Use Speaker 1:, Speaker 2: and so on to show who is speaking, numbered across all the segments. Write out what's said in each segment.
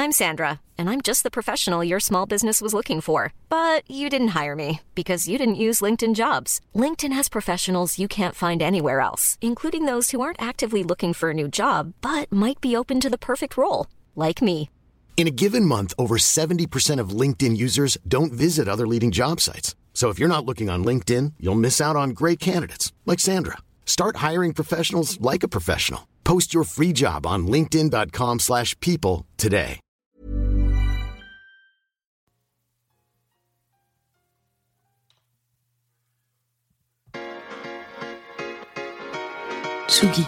Speaker 1: I'm Sandra, and I'm just the professional your small business was looking for. But you didn't hire me because you didn't use LinkedIn Jobs. LinkedIn has professionals you can't find anywhere else, including those who aren't actively looking for a new job, but might be open to the perfect role, like me.
Speaker 2: In a given month, over 70% of LinkedIn users don't visit other leading job sites. So if you're not looking on LinkedIn, you'll miss out on great candidates like Sandra. Start hiring professionals like a professional. Post your free job on linkedin.com/people today.
Speaker 3: Tsugi.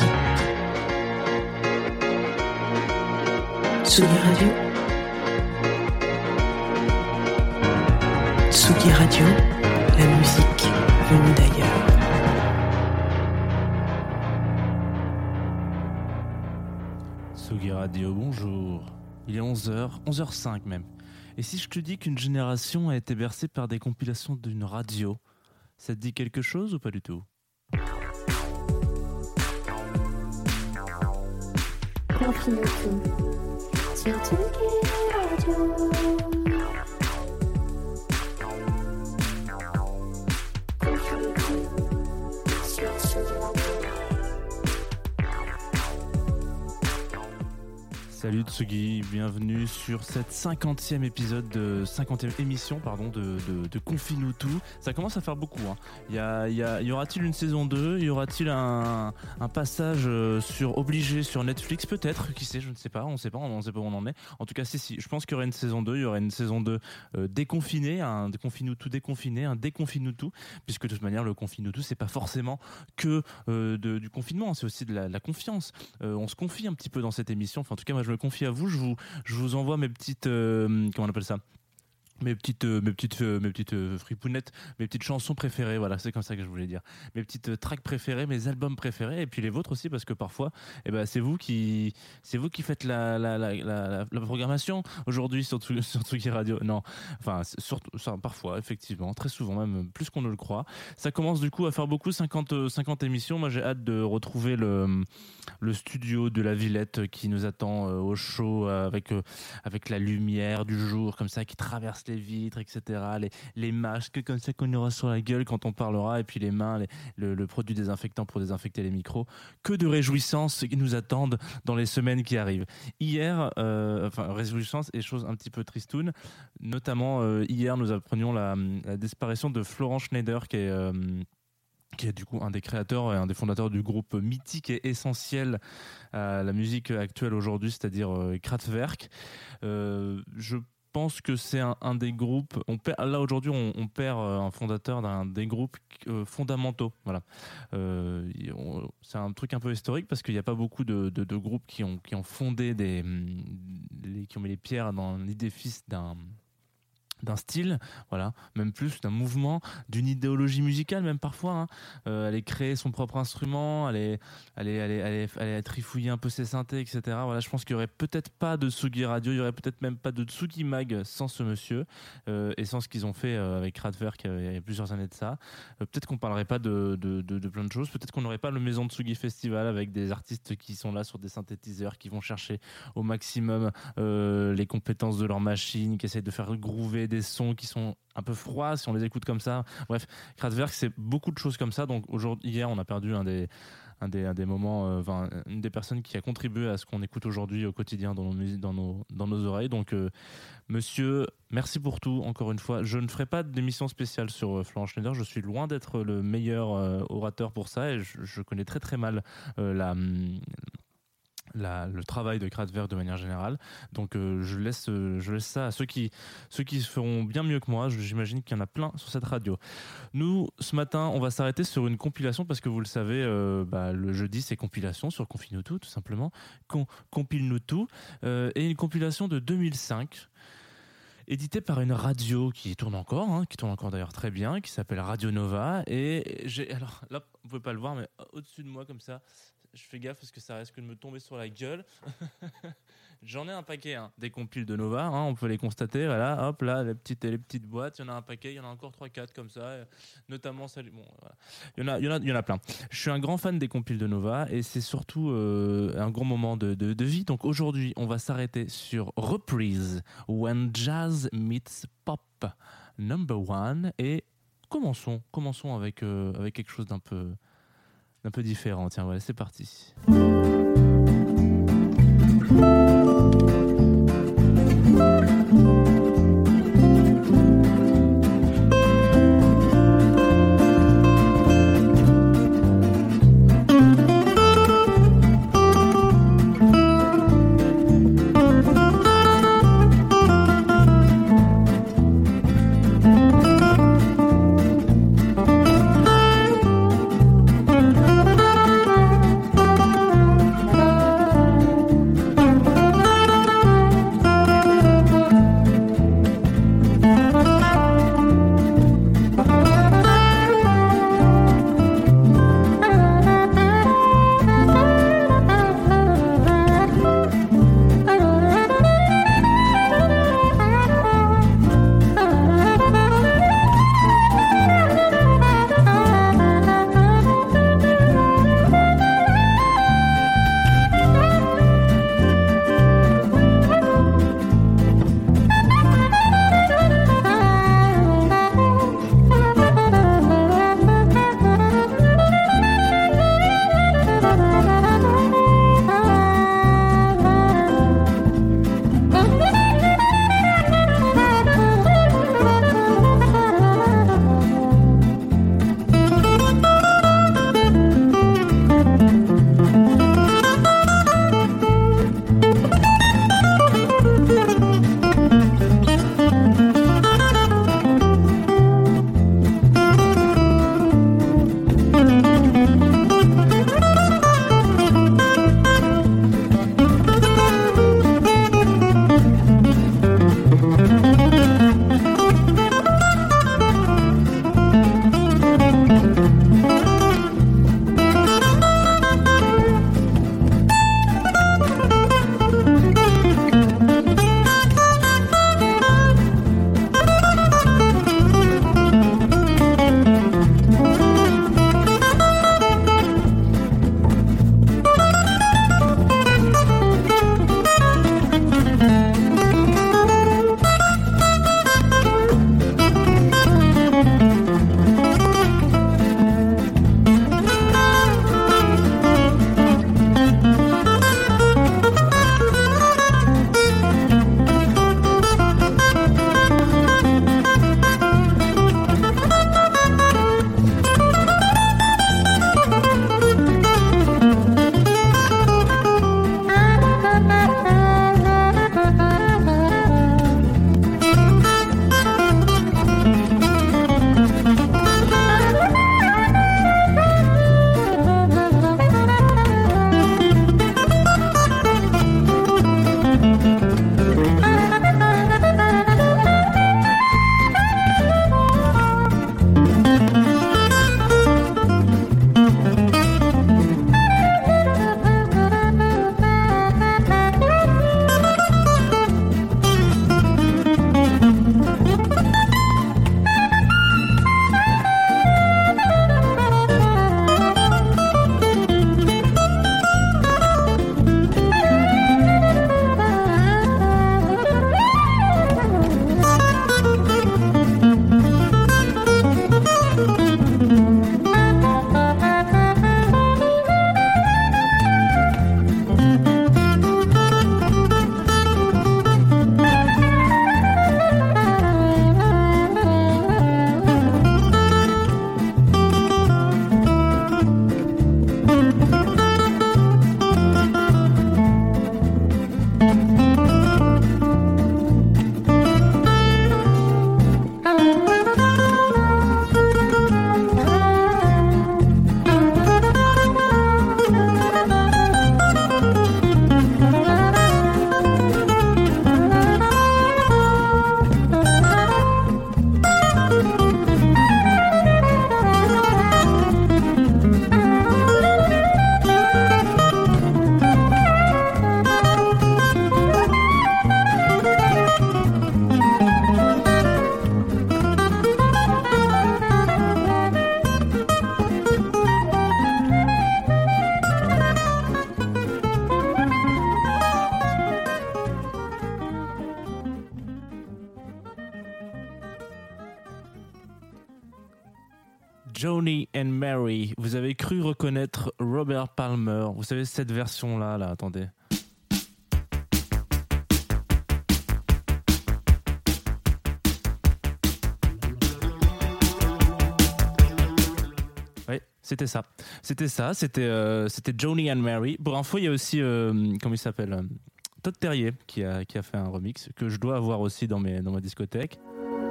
Speaker 3: Tsugi Radio. Tsugi Radio, la musique venue d'ailleurs.
Speaker 4: Tsugi Radio, bonjour. Il est 11h, 11h05 même. Et si je te dis qu'une génération a été bercée par des compilations d'une radio, ça te dit quelque chose ou pas du tout ? Salut Tsugi, bienvenue sur cette 50e épisode de 50e émission de Confine-nous tout. Ça commence à faire beaucoup. Y aura-t-il une saison 2 ? Y aura-t-il un passage obligé sur Netflix ? Peut-être, qui sait, je ne sais pas, on ne sait pas où on en est. En tout cas, si, je pense qu'il y aura une saison 2, il y aura une saison 2 déconfinée, un Confine-nous tout déconfiné, un déconfine-nous tout, puisque de toute manière, le Confine-nous tout, c'est pas forcément que du confinement, c'est aussi de la confiance. On se confie un petit peu dans cette émission, enfin en tout cas moi je me confie à vous, je vous envoie mes petites comment on appelle ça, mes petites fripounettes, mes petites chansons préférées, voilà, c'est comme ça que je voulais dire, mes petites tracks préférées, mes albums préférés, et puis les vôtres aussi, parce que parfois c'est vous qui faites la programmation aujourd'hui sur Tsugi Radio. Non, enfin surtout ça, parfois, effectivement, très souvent même, plus qu'on ne le croit. Ça commence du coup à faire beaucoup, 50 émissions. Moi j'ai hâte de retrouver le studio de la Villette qui nous attend au chaud, avec la lumière du jour comme ça qui traverse les vitres, etc., les masques comme ça qu'on aura sur la gueule quand on parlera, et puis les mains, le produit désinfectant pour désinfecter les micros. Que de réjouissances qui nous attendent dans les semaines qui arrivent. Hier, réjouissances et choses un petit peu tristounes, notamment hier nous apprenions la disparition de Florent Schneider, qui est du coup un des créateurs et un des fondateurs du groupe mythique et essentiel à la musique actuelle aujourd'hui, c'est-à-dire Kraftwerk. Je pense que c'est un des groupes. Là aujourd'hui, on perd un fondateur d'un des groupes fondamentaux. Voilà. C'est un truc un peu historique parce qu'il n'y a pas beaucoup de groupes qui ont fondé qui ont mis les pierres dans l'édifice d'un style, voilà, même plus d'un mouvement, d'une idéologie musicale même parfois, aller créer son propre instrument, aller trifouiller un peu ses synthés, etc. Voilà, je pense qu'il y aurait peut-être pas de Tsugi Radio, il y aurait peut-être même pas de Tsugi Mag sans ce monsieur, et sans ce qu'ils ont fait avec Kraftwerk il y a plusieurs années de ça. Peut-être qu'on parlerait pas de plein de choses, peut-être qu'on n'aurait pas le Maison Tsugi Festival avec des artistes qui sont là sur des synthétiseurs, qui vont chercher au maximum les compétences de leur machine, qui essayent de faire groover des sons qui sont un peu froids si on les écoute comme ça. Bref, Kraftwerk, c'est beaucoup de choses comme ça. Donc hier, on a perdu un des moments, une des personnes qui a contribué à ce qu'on écoute aujourd'hui au quotidien dans nos oreilles. Donc monsieur, merci pour tout encore une fois. Je ne ferai pas d'émission spéciale sur Florent Schneider, je suis loin d'être le meilleur orateur pour ça, et je connais très très mal le travail de Kraftwerk de manière générale. Donc je laisse ça à ceux qui feront bien mieux que moi. J'imagine qu'il y en a plein sur cette radio. Nous, ce matin, on va s'arrêter sur une compilation parce que vous le savez, le jeudi, c'est compilation sur Confine-nous tout simplement. Compile-nous tout. Et une compilation de 2005. Édité par une radio qui tourne encore d'ailleurs très bien, qui s'appelle Radio Nova. Et alors là, vous pouvez pas le voir, mais au-dessus de moi comme ça, Je fais gaffe parce que ça risque de me tomber sur la gueule. J'en ai un paquet, des compiles de Nova, on peut les constater. Voilà, hop là, les petites boîtes, il y en a un paquet, il y en a encore 3-4 comme ça, notamment celle. Bon, voilà. Il y en a plein. Je suis un grand fan des compiles de Nova et c'est surtout un grand moment de vie. Donc aujourd'hui, on va s'arrêter sur Reprise, When Jazz Meets Pop, Number 1, et commençons avec quelque chose d'un peu différent. Tiens, voilà, c'est parti. Joni and Mary. Vous avez cru reconnaître Robert Palmer. Vous savez cette version-là, là, attendez. Oui, c'était ça. C'était Joni and Mary. Pour info, il y a aussi, comment il s'appelle, Todd Terje qui a fait un remix que je dois avoir aussi dans ma discothèque.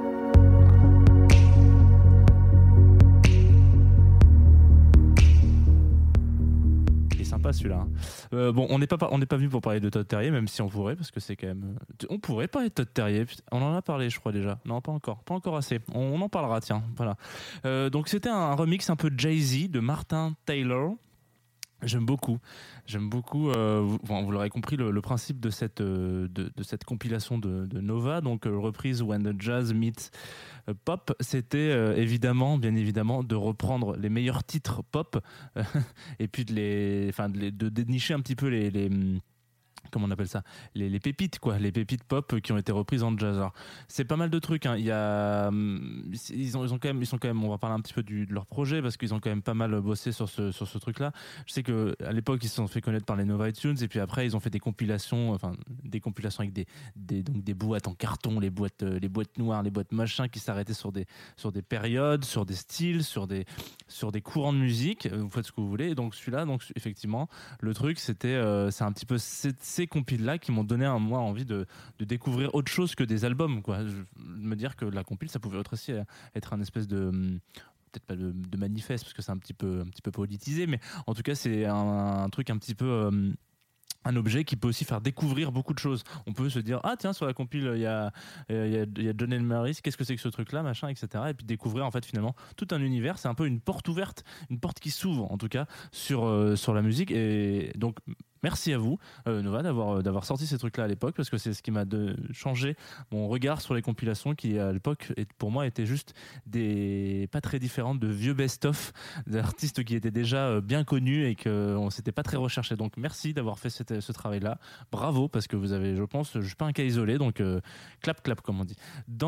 Speaker 4: Sympa celui-là. Bon, on n'est pas venu pour parler de Todd Terje, même si on pourrait, parce que c'est quand même. On pourrait parler de Todd Terje. On en a parlé, je crois déjà. Non, pas encore assez. On en parlera, tiens. Voilà. Donc c'était un remix un peu Jay-Z de Martin Taylor. J'aime beaucoup. Vous l'aurez compris, le principe de cette compilation de Nova, donc reprise When the Jazz Meets Pop, c'était bien évidemment, de reprendre les meilleurs titres pop et puis de dénicher un petit peu les comment on appelle ça, les pépites quoi, les pépites pop qui ont été reprises en jazz. Alors, c'est pas mal de trucs, hein. Ils sont quand même, on va parler un petit peu de leur projet parce qu'ils ont quand même pas mal bossé sur ce truc là. Je sais que à l'époque ils se sont fait connaître par les Nova iTunes et puis après ils ont fait des compilations avec des boîtes en carton, les boîtes noires, les boîtes machin qui s'arrêtaient sur des périodes, sur des styles, sur des courants de musique. Vous faites ce que vous voulez. Et donc celui-là, effectivement, le truc c'est un petit peu ces compiles-là qui m'ont donné moi envie de découvrir autre chose que des albums, quoi. Me dire que la compile, ça pouvait aussi être un espèce de peut-être pas de manifeste parce que c'est un petit peu politisé, mais en tout cas c'est un truc un petit peu un objet qui peut aussi faire découvrir beaucoup de choses. On peut se dire, ah tiens, sur la compile il y a John and Mary, qu'est-ce que c'est que ce truc là, machin, etc. Et puis découvrir en fait finalement tout un univers. C'est un peu une porte ouverte, une porte qui s'ouvre en tout cas sur la musique. Et donc merci à vous Nova d'avoir sorti ces trucs là à l'époque, parce que c'est ce qui m'a changé mon regard sur les compilations qui à l'époque pour moi étaient juste pas très différentes de vieux best-of d'artistes qui étaient déjà bien connus et qu'on s'était pas très recherché. Donc merci d'avoir fait ce travail là, bravo, parce que vous avez, je pense, je suis pas un cas isolé, donc clap comme on dit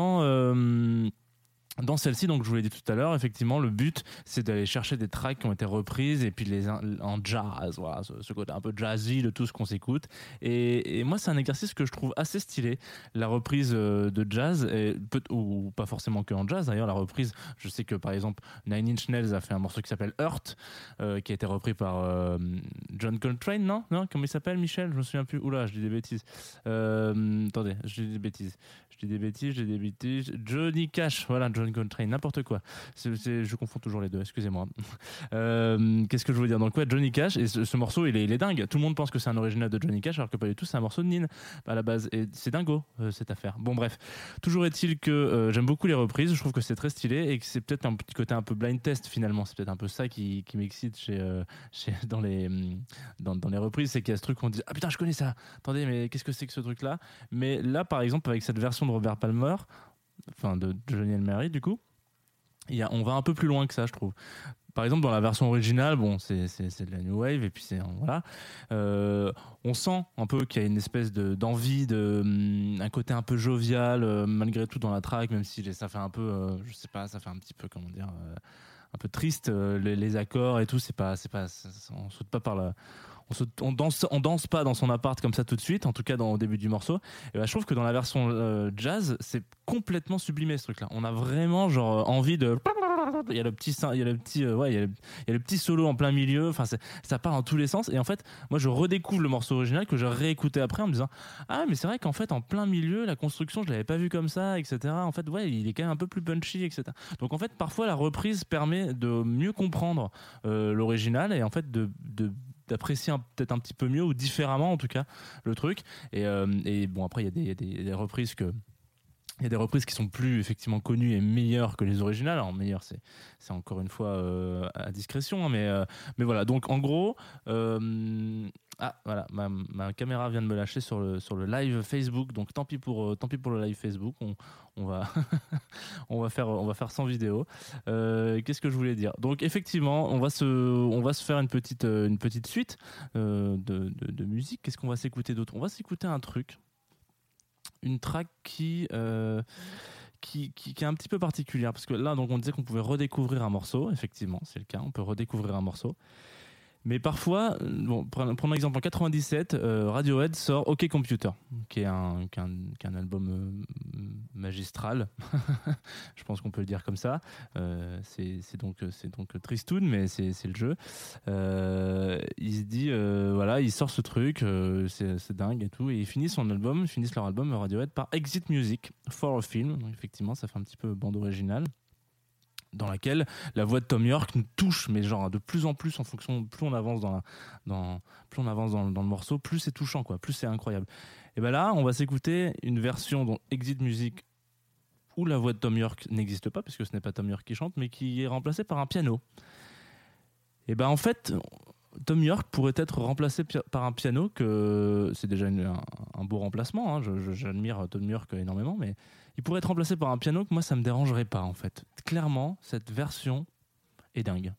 Speaker 4: dans celle-ci. Donc je vous l'ai dit tout à l'heure, effectivement le but c'est d'aller chercher des tracks qui ont été reprises et puis en jazz, voilà, ce côté un peu jazzy de tout ce qu'on s'écoute, et moi c'est un exercice que je trouve assez stylé, la reprise de jazz, ou pas forcément que en jazz d'ailleurs. La reprise, je sais que par exemple Nine Inch Nails a fait un morceau qui s'appelle Hurt, qui a été repris par John Coltrane, non comment il s'appelle, Michel, je me souviens plus, oula je dis des bêtises, attendez, je dis des bêtises, Johnny Cash, voilà, John Coltrane, n'importe quoi. Je confonds toujours les deux, excusez-moi. Qu'est-ce que je veux dire? Donc ouais, Johnny Cash, et ce morceau il est dingue. Tout le monde pense que c'est un original de Johnny Cash alors que pas du tout, c'est un morceau de Nin à la base, et c'est dingo cette affaire. Bon bref, toujours est-il que j'aime beaucoup les reprises, je trouve que c'est très stylé et que c'est peut-être un petit côté un peu blind test finalement. C'est peut-être un peu ça qui m'excite dans les reprises, c'est qu'il y a ce truc où on dit ah putain je connais ça, attendez mais qu'est-ce que c'est que ce truc là. Mais là par exemple avec cette version de Robert Palmer, enfin de Joni and Mary du coup, on va un peu plus loin que ça je trouve. Par exemple dans la version originale, bon c'est de la new wave et puis voilà, on sent un peu qu'il y a une espèce d'envie un côté un peu jovial malgré tout dans la track, même si ça fait un peu je sais pas, ça fait un petit peu comment dire un peu triste les accords et tout, c'est pas on saute pas par la on danse pas dans son appart comme ça tout de suite, en tout cas au début du morceau. Et je trouve que dans la version jazz, c'est complètement sublimé ce truc-là. On a vraiment genre envie de. Il y a le petit solo en plein milieu. Enfin, ça part dans tous les sens. Et en fait, moi, je redécouvre le morceau original que j'ai réécouté après en me disant ah mais c'est vrai qu'en fait en plein milieu, la construction, je l'avais pas vu comme ça, etc. En fait, ouais, il est quand même un peu plus punchy, etc. Donc en fait, parfois la reprise permet de mieux comprendre l'original et en fait d'apprécier peut-être un petit peu mieux ou différemment en tout cas le truc, et bon après il y a des reprises il y a des reprises qui sont plus effectivement connues et meilleures que les originales. Alors meilleures c'est encore une fois à discrétion, hein, mais voilà. Donc en gros voilà, ma caméra vient de me lâcher sur le live Facebook, donc tant pis pour le live Facebook. On va on va faire sans vidéo. Qu'est-ce que je voulais dire? Donc effectivement on va se faire une petite suite de musique. Qu'est-ce qu'on va s'écouter d'autre? On va s'écouter un truc, une track qui qui est un petit peu particulière, parce que là, donc, on disait qu'on pouvait redécouvrir un morceau, effectivement, c'est le cas, on peut redécouvrir un morceau. Mais parfois, bon, prenons exemple, en 97, Radiohead sort OK Computer, qui est un album magistral, je pense qu'on peut le dire comme ça. C'est donc tristoun, mais c'est le jeu. Il se dit, voilà, il sort ce truc, c'est dingue et tout, et ils finissent leur album Radiohead par Exit Music for a Film. Donc effectivement, ça fait un petit peu bande originale, dans laquelle la voix de Tom York nous touche, mais genre de plus en plus en fonction, plus on avance dans le morceau, plus c'est touchant, quoi, plus c'est incroyable. Et ben là, on va s'écouter une version dont Exit Music où la voix de Tom York n'existe pas, puisque ce n'est pas Tom York qui chante, mais qui est remplacée par un piano. Et ben en fait, Tom York pourrait être remplacé par un piano, que c'est déjà un beau remplacement, hein. J'admire Tom York énormément, mais il pourrait être remplacé par un piano que moi ça me dérangerait pas en fait. Clairement, cette version est dingue.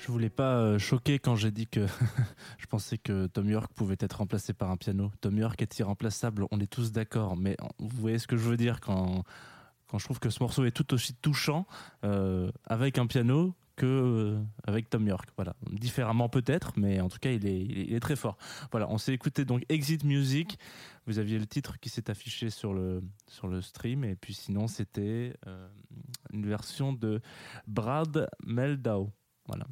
Speaker 4: Je voulais pas choquer quand j'ai dit que je pensais que Tom York pouvait être remplacé par un piano. Tom York est irremplaçable, on est tous d'accord, mais vous voyez ce que je veux dire quand je trouve que ce morceau est tout aussi touchant avec un piano que avec Tom York. Voilà, différemment peut-être, mais en tout cas il est très fort. Voilà, on s'est écouté donc Exit Music. Vous aviez le titre qui s'est affiché sur le stream, et puis sinon c'était une version de Brad Mehldau. Voilà,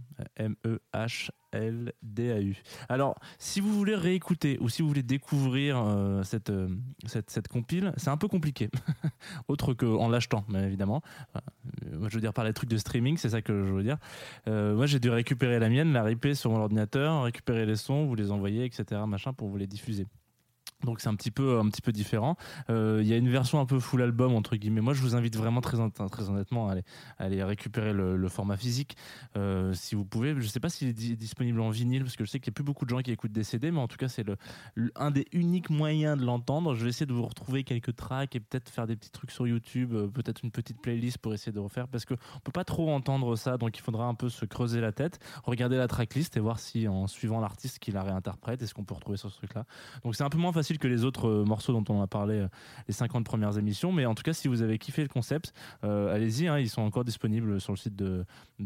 Speaker 4: Mehldau. Alors, si vous voulez réécouter ou si vous voulez découvrir cette compile, c'est un peu compliqué. Autre qu'en l'achetant, mais évidemment. Moi, je veux dire par les trucs de streaming, c'est ça que je veux dire. Moi, j'ai dû récupérer la mienne, la ripper sur mon ordinateur, récupérer les sons, vous les envoyer, etc., machin, pour vous les diffuser. Donc c'est un petit peu différent. Il y a une version un peu full album entre guillemets. Moi je vous invite vraiment très honnêtement à aller récupérer le format physique si vous pouvez. Je sais pas s'il est disponible en vinyle parce que je sais qu'il y a plus beaucoup de gens qui écoutent des CD, mais en tout cas c'est un des uniques moyens de l'entendre. Je vais essayer de vous retrouver quelques tracks et peut-être faire des petits trucs sur YouTube, peut-être une petite playlist pour essayer de refaire, parce que on peut pas trop entendre ça, donc il faudra un peu se creuser la tête, regarder la tracklist et voir si en suivant l'artiste qui la réinterprète, est-ce qu'on peut retrouver sur ce truc là. Donc c'est un peu moins facile que les autres morceaux dont on a parlé les 50 premières émissions, mais en tout cas si vous avez kiffé le concept, allez-y, hein, ils sont encore disponibles sur le site de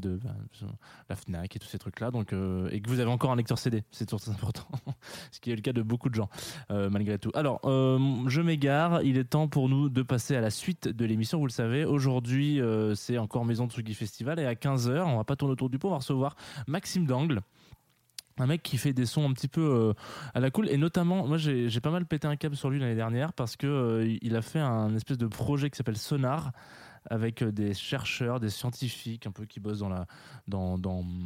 Speaker 4: la Fnac et tous ces trucs là, donc et que vous avez encore un lecteur CD, c'est toujours très important ce qui est le cas de beaucoup de gens malgré tout. Alors je m'égare, il est temps pour nous de passer à la suite de l'émission. Vous le savez, aujourd'hui c'est encore Maison Tsugi Festival, et à 15h on va pas tourner autour du pot, on va recevoir Maxime Dangle, un mec qui fait des sons un petit peu à la cool, et notamment moi j'ai pas mal pété un câble sur lui l'année dernière parce que il a fait un espèce de projet qui s'appelle Sonar avec des chercheurs, des scientifiques un peu qui bossent dans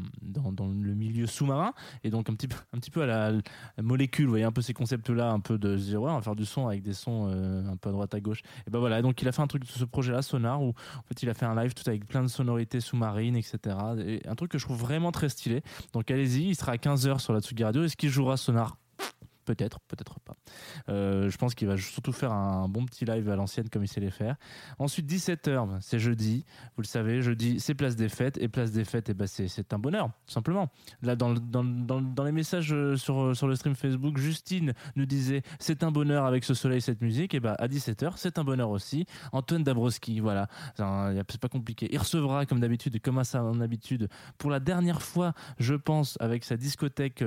Speaker 4: le milieu sous-marin, et donc un petit peu à la molécule, vous voyez un peu ces concepts là, un peu de se dire ouais, on va faire du son avec des sons un peu à droite à gauche, et ben voilà, donc il a fait un truc de ce projet là Sonar où en fait il a fait un live tout avec plein de sonorités sous-marines, etc., et un truc que je trouve vraiment très stylé. Donc allez-y, il sera à 15h sur la Tsugi Radio. Est-ce qu'il jouera Sonar ? Peut-être pas. Je pense qu'il va surtout faire un bon petit live à l'ancienne comme il sait les faire. Ensuite 17h, c'est jeudi. Vous le savez, jeudi c'est Place des Fêtes, et Place des Fêtes, et ben c'est un bonheur, tout simplement. Là dans les messages sur le stream Facebook, Justine nous disait c'est un bonheur avec ce soleil, cette musique. Et ben à 17h c'est un bonheur aussi. Antoine Dabrowski, voilà, c'est pas compliqué. Il recevra comme d'habitude, comme à son habitude, pour la dernière fois, je pense, avec sa discothèque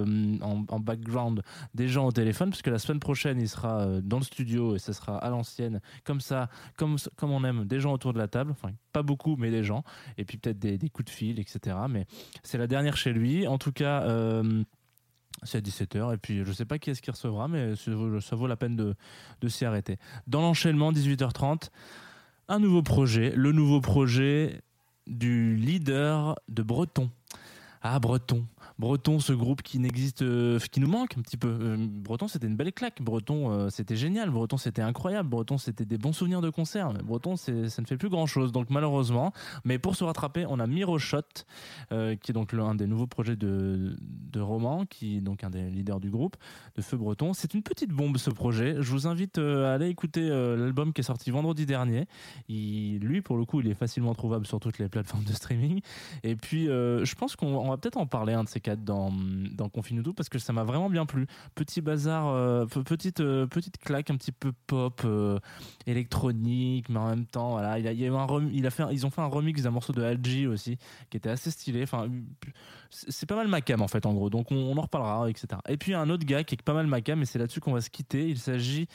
Speaker 4: en background, des gens au téléphone, parce que la semaine prochaine il sera dans le studio et ça sera à l'ancienne, comme ça, comme on aime, des gens autour de la table, enfin pas beaucoup mais des gens, et puis peut-être des coups de fil, etc. Mais c'est la dernière chez lui, en tout cas. C'est à 17h, et puis je sais pas qui est-ce qui recevra, mais ça vaut la peine de s'y arrêter. Dans l'enchaînement, 18h30, un nouveau projet, le nouveau projet du leader de Breton. Ah, Breton, ce groupe qui n'existe, qui nous manque un petit peu. Breton, c'était une belle claque. Breton, c'était génial. Breton, c'était incroyable. Breton, c'était des bons souvenirs de concerts. Mais Breton, ça ne fait plus grand-chose. Donc malheureusement, mais pour se rattraper, on a Miroshot, qui est donc un des nouveaux projets de Roman, qui est donc un des leaders du groupe de Feu Breton. C'est une petite bombe, ce projet. Je vous invite à aller écouter l'album qui est sorti vendredi dernier. Lui, pour le coup, il est facilement trouvable sur toutes les plateformes de streaming. Et puis, je pense qu'on va peut-être en parler, un de ces quatre, dans Confinuto, parce que ça m'a vraiment bien plu. Petit bazar, petite claque un petit peu pop, électronique, mais en même temps, voilà, ils ont fait un remix d'un morceau de Algie aussi, qui était assez stylé. Enfin, c'est pas mal ma cam en fait, en gros. Donc on en reparlera, etc. Et puis un autre gars qui est pas mal ma cam, et c'est là-dessus qu'on va se quitter. Il s'agit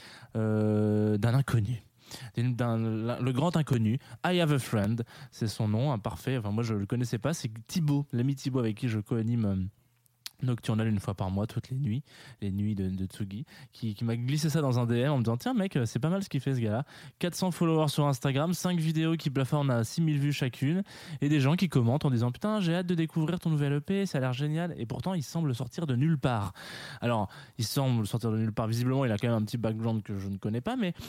Speaker 4: d'un inconnu. Le grand inconnu, I Have a Friend, c'est son nom, parfait. Enfin, moi je le connaissais pas, c'est Thibaut, l'ami Thibaut avec qui je co-anime Nocturnal une fois par mois, toutes les nuits de Tsugi, qui m'a glissé ça dans un DM en me disant tiens mec, c'est pas mal ce qu'il fait ce gars là. 400 followers sur Instagram, 5 vidéos qui plafonnent à 6000 vues chacune, et des gens qui commentent en disant putain j'ai hâte de découvrir ton nouvel EP, ça a l'air génial. Et pourtant il semble sortir de nulle part. Alors il semble sortir de nulle part, visiblement il a quand même un petit background que je ne connais pas, mais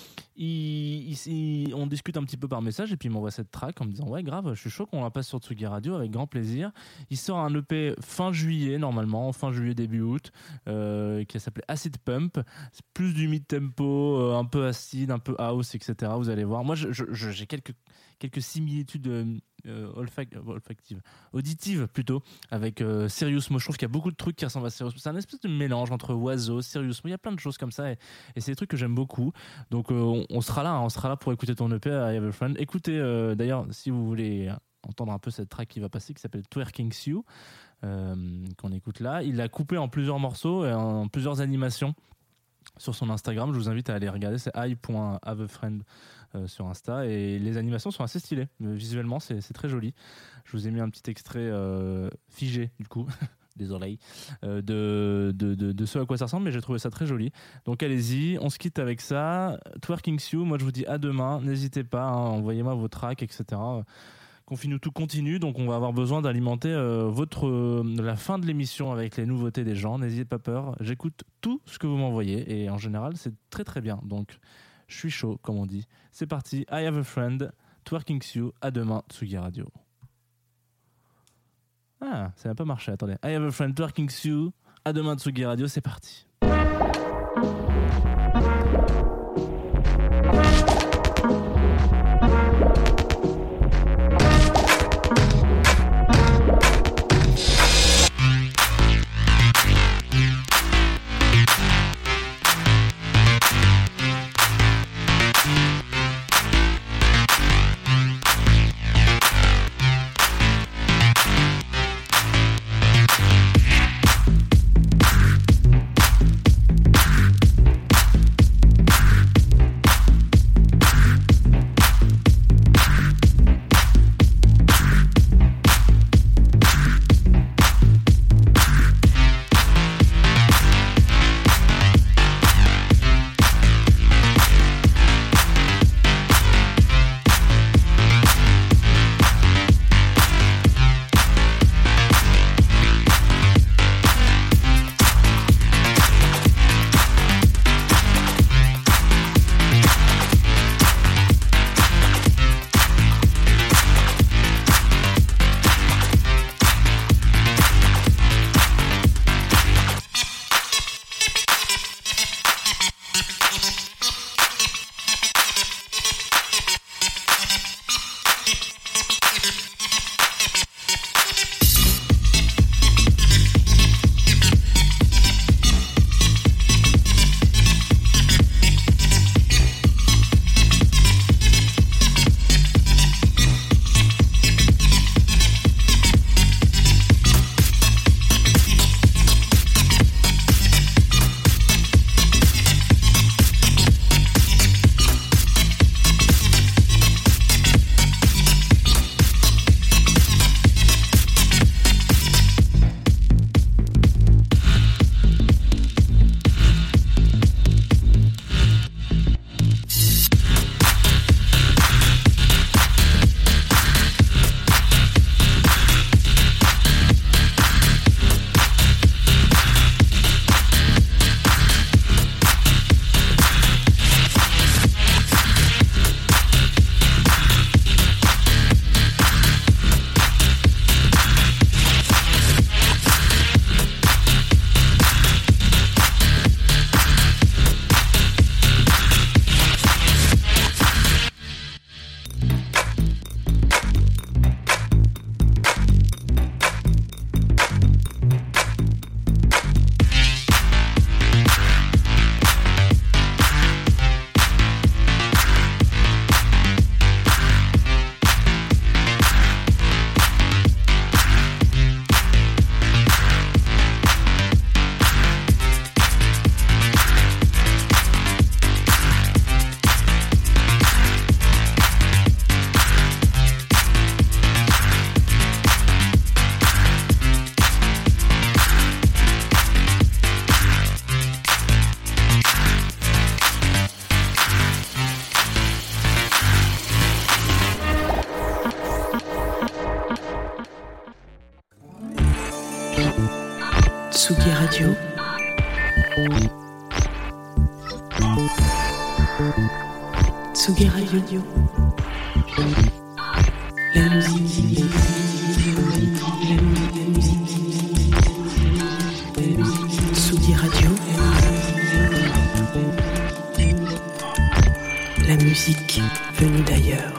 Speaker 4: on discute un petit peu par message, et puis il m'envoie cette track en me disant ouais grave, je suis chaud qu'on la passe sur Tsugi Radio avec grand plaisir. Il sort un EP fin juillet normalement, récemment, fin juillet, début août, qui s'appelait Acid Pump. C'est plus du mid-tempo, un peu acide, un peu house, etc. Vous allez voir. Moi, j'ai quelques similitudes auditives plutôt, avec Serious Mo. Je trouve qu'il y a beaucoup de trucs qui ressemblent à Serious Mo. C'est un espèce de mélange entre Oiseau, Serious Mo. Il y a plein de choses comme ça et c'est des trucs que j'aime beaucoup. Donc on sera là pour écouter ton EP I Have a Friend. Écoutez, d'ailleurs, si vous voulez entendre un peu cette track qui va passer, qui s'appelle Twerking Sue, qu'on écoute là. Il l'a coupé en plusieurs morceaux et en plusieurs animations sur son Instagram. Je vous invite à aller regarder, c'est i.haveafriend sur Insta, et les animations sont assez stylées. Visuellement, c'est très joli. Je vous ai mis un petit extrait figé, du coup. Désolé, de ce à quoi ça ressemble, mais j'ai trouvé ça très joli. Donc allez-y, on se quitte avec ça. Twerking Sue, moi je vous dis à demain. N'hésitez pas, envoyez-moi vos tracks, etc. Confine-nous tout continue, donc on va avoir besoin d'alimenter la fin de l'émission avec les nouveautés des gens. N'hésitez pas peur, j'écoute tout ce que vous m'envoyez et en général c'est très très bien. Donc je suis chaud, comme on dit. C'est parti, I Have a Friend, Twerking Sue, à demain, Tsugi Radio. Ah, ça n'a pas marché, attendez. I Have a Friend, Twerking Sue, à demain, Tsugi Radio, c'est parti.
Speaker 3: Tsugi Radio. Tsugi Radio. La musique. La musique venue d'ailleurs.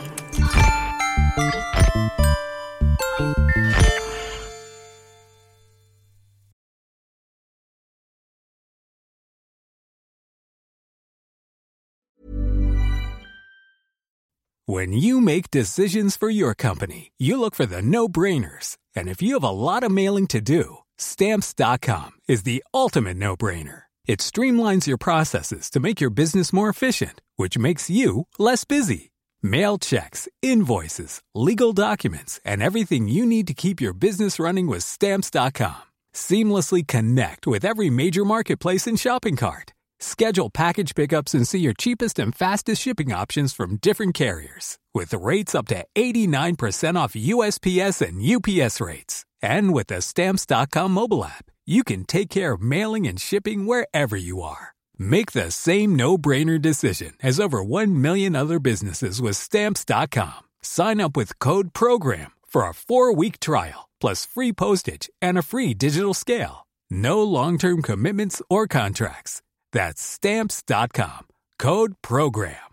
Speaker 5: When you make decisions for your company, you look for the no-brainers. And if you have a lot of mailing to do, Stamps.com is the ultimate no-brainer. It streamlines your processes to make your business more efficient, which makes you less busy. Mail checks, invoices, legal documents, and everything you need to keep your business running with Stamps.com. Seamlessly connect with every major marketplace and shopping cart. Schedule package pickups and see your cheapest and fastest shipping options from different carriers, with rates up to 89% off USPS and UPS rates. And with the Stamps.com mobile app, you can take care of mailing and shipping wherever you are. Make the same no-brainer decision as over 1 million other businesses with Stamps.com. Sign up with code PROGRAM for a 4-week trial, plus free postage and a free digital scale. No long-term commitments or contracts. That's Stamps.com. Code PROGRAM.